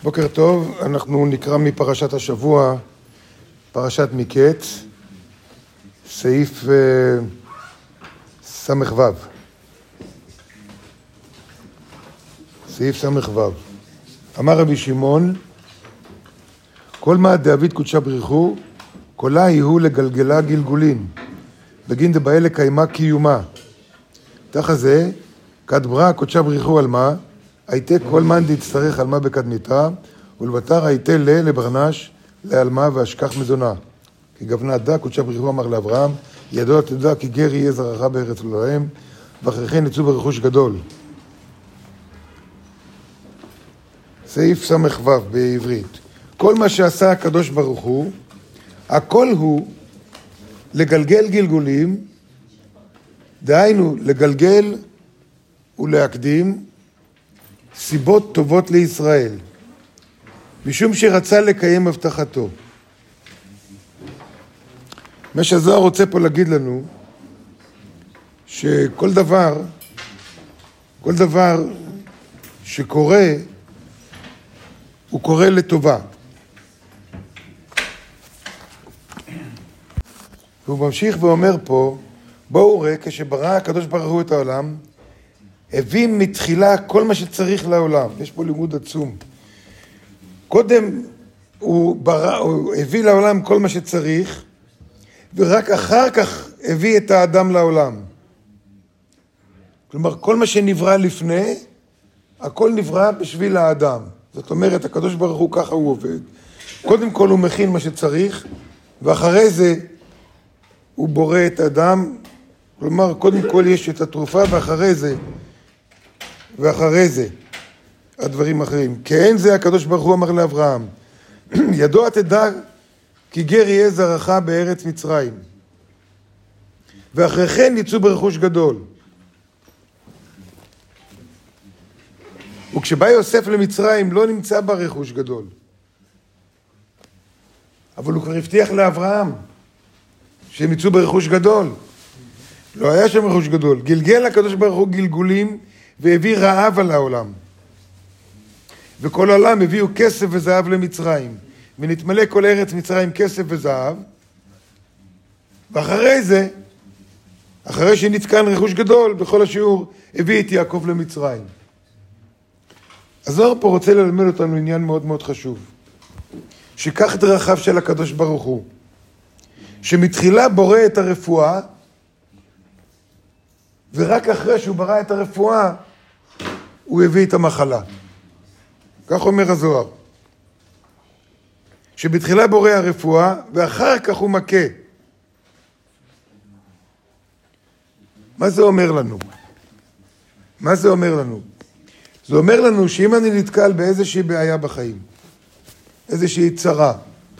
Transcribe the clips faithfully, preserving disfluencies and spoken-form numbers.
בוקר טוב, אנחנו נקרא מפרשת השבוע, פרשת מקץ, סעיף סמך וו. סעיף סמך וו. אמר רבי שמעון, כל מה דאביד קודשה בריחו, כולה יהיו לגלגלה גלגולין, בגין דבעלה קיימה קיומה. תחת זה, כדברה קודשה בריחו על מה, הייתה כל מן דצטרך על מה בקדמיתה, ולבטר הייתה לה לברנש, לעלמה ואשכח מזונה. כי גבנה דה, קודשה בריחו אמר לאברהם, ידוע תדע כי גר יהיה זרעך בארץ אלוהים, ואחרי כן יצאו ברכוש גדול. סעיף סמך וו בעברית. כל מה שעשה הקדוש ברוך הוא, הכל הוא לגלגל גלגולים, דהיינו לגלגל ולהקדים סיבות טובות לישראל, משום שרצה לקיים הבטחתו. מה שהזוהר רוצה פה להגיד לנו, שכל דבר, כל דבר שקורה, הוא קורה לטובה. והוא ממשיך ואומר פה, בואו ראה, כשברא הקדוש ברוך הוא את העולם, הביא מתחילה כל מה שצריך לעולם. יש פה לימוד עצום. קודם הוא, ברא, הוא הביא לעולם כל מה שצריך, ורק אחר כך הביא את האדם לעולם. כלומר, כל מה שנברא לפני, הכל נברא בשביל האדם. זאת אומרת, הקדוש ברוך הוא ככה הוא עובד. קודם כל הוא מכין מה שצריך, ואחרי זה הוא בורא את האדם. כלומר, קודם כל יש את התרופה, ואחרי זה, ואחרי זה, הדברים אחרים. כן זה הקדוש ברוך הוא אמר לאברהם, ידוע תדע כי גר יהיה זרעך בארץ מצרים, ואחרי כן יצאו ברכוש גדול. וכשבא יוסף למצרים לא נמצא ברכוש גדול, אבל הוא כבר הבטיח לאברהם שהם יצאו ברכוש גדול. לא היה שם רכוש גדול. גלגל הקדוש ברוך הוא גלגולים והביא רעב על העולם. וכל העולם הביאו כסף וזהב למצרים. ונתמלא כל ארץ מצרים כסף וזהב. ואחרי זה, אחרי שנתקן רכוש גדול, בכל השיעור הביא את יעקב למצרים. הזוהר פה רוצה ללמד אותנו עניין מאוד מאוד חשוב. שכך דרכיו של הקדוש ברוך הוא. שמתחילה בורא את הרפואה, ורק אחרי שהוא ברא את הרפואה, הוא הביא את המחלה. כך אומר הזוהר. שבתחילה בורא הרפואה, ואחר כך הוא מכה. מה זה אומר לנו? מה זה אומר לנו? זה אומר לנו שאם אני נתקל באיזושהי בעיה בחיים, איזושהי צרה,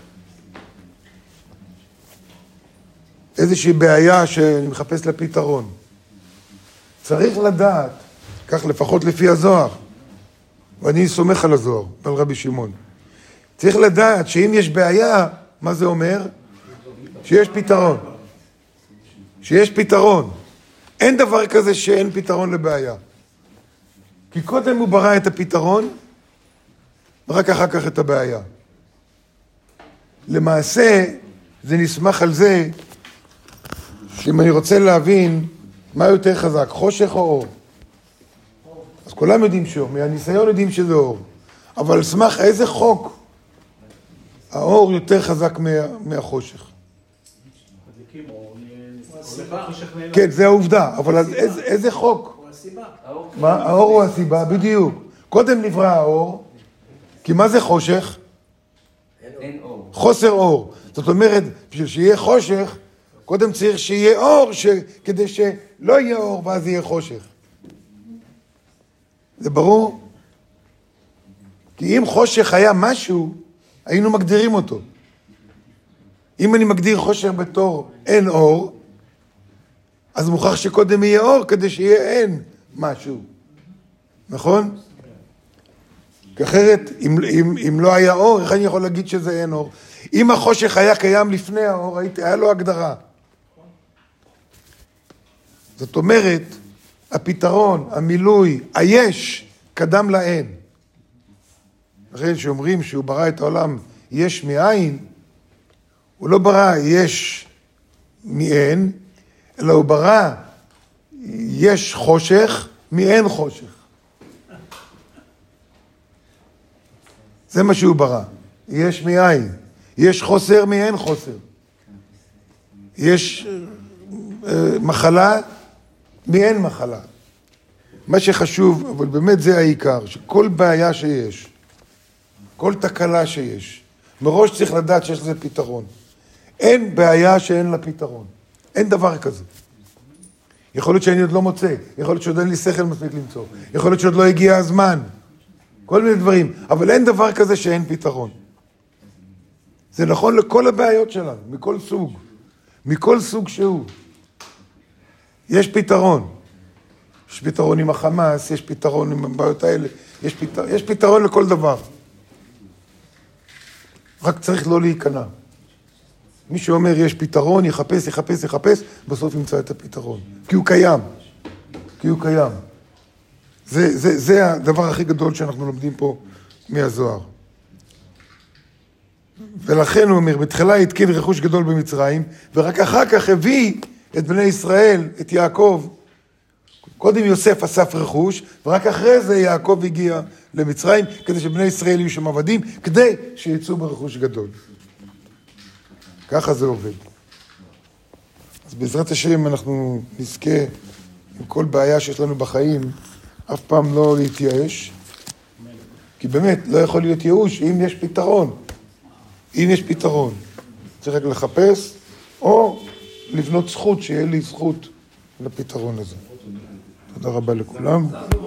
איזושהי בעיה שאני מחפש לה פתרון, צריך לדעת, כך לפחות לפי הזוהר, ואני סומך על הזוהר, על רבי שמעון, צריך לדעת שאם יש בעיה, מה זה אומר? שיש פתרון. שיש פתרון. אין דבר כזה שאין פתרון לבעיה. כי קודם הוא ברא את הפתרון, ורק אחר כך את הבעיה. למעשה, זה נסמך על זה, שאם אני רוצה להבין, מה יותר חזק, חושך או אור? אז כולם יודעים שאור, מהניסיון יודעים שזה אור. אבל על סמך איזה חוק האור יותר חזק מה, מהחושך? כן, זה העובדה, אבל אז איזה, איזה חוק? הוא הסיבה. מה? האור הוא הסיבה, בדיוק. קודם נברא האור, כי מה זה חושך? אין אור. חוסר אור. זאת אומרת, בשביל שיהיה חושך, קודם צריך שיהיה אור, ש... כדי שלא יהיה אור ואז יהיה חושך. זה ברור? כי אם חושך היה משהו, היינו מגדירים אותו. אם אני מגדיר חושך בתור אין אור, אז מוכרח שקודם יהיה אור כדי שיהיה אין משהו. נכון? כי אחרת, אם, אם, אם לא היה אור, איך אני יכול להגיד שזה אין אור? אם החושך היה קיים לפני האור, היה לו הגדרה. זאת אומרת, הפתרון, המילוי, היש, קדם לאין. לכן שאומרים שהוא ברא את העולם יש מאין, הוא לא ברא יש מאין, אלא הוא ברא יש חושך מאין חושך. זה מה שהוא ברא. יש מאין. יש חוסר מאין חוסר. יש uh, מחלה מאין מחלה. מה שחשוב, אבל באמת זה העיקר, שכל בעיה שיש, כל תקלה שיש, מראש צריך לדעת שיש לזה פתרון. אין בעיה שאין לה פתרון. אין דבר כזה. יכול להיות שאני עוד לא מוצא, יכול להיות שעוד אין לי שכל מספיק למצוא, יכול להיות שעוד לא הגיע הזמן, כל מיני דברים, אבל אין דבר כזה שאין פתרון. זה נכון לכל הבעיות שלנו, מכל סוג, מכל סוג שהוא. יש פתרון. יש פתרון עם החמאס, יש פתרון עם הבעיות האלה, יש, פתר... יש פתרון לכל דבר. רק צריך לא להיכנע. מי שאומר יש פתרון, יחפש, יחפש, יחפש, בסוף ימצא את הפתרון. כי הוא קיים. כי הוא קיים. זה, זה, זה הדבר הכי גדול שאנחנו לומדים פה מהזוהר. ולכן הוא אומר, בתחילה התקין רכוש גדול במצרים, ורק אחר כך הביא את בני ישראל, את יעקב. קודם יוסף אסף רכוש, ורק אחרי זה יעקב הגיע למצרים, כדי שבני ישראל יהיו שם עבדים, כדי שיצאו ברכוש גדול. ככה זה עובד. אז בעזרת השם אנחנו נזכה עם כל בעיה שיש לנו בחיים, אף פעם לא להתייאש, כי באמת לא יכול להיות ייאוש אם יש פתרון. אם יש פתרון. צריך רק לחפש, או לבנות זכות, שיהיה לי זכות לפתרון הזה. תודה רבה לכולם.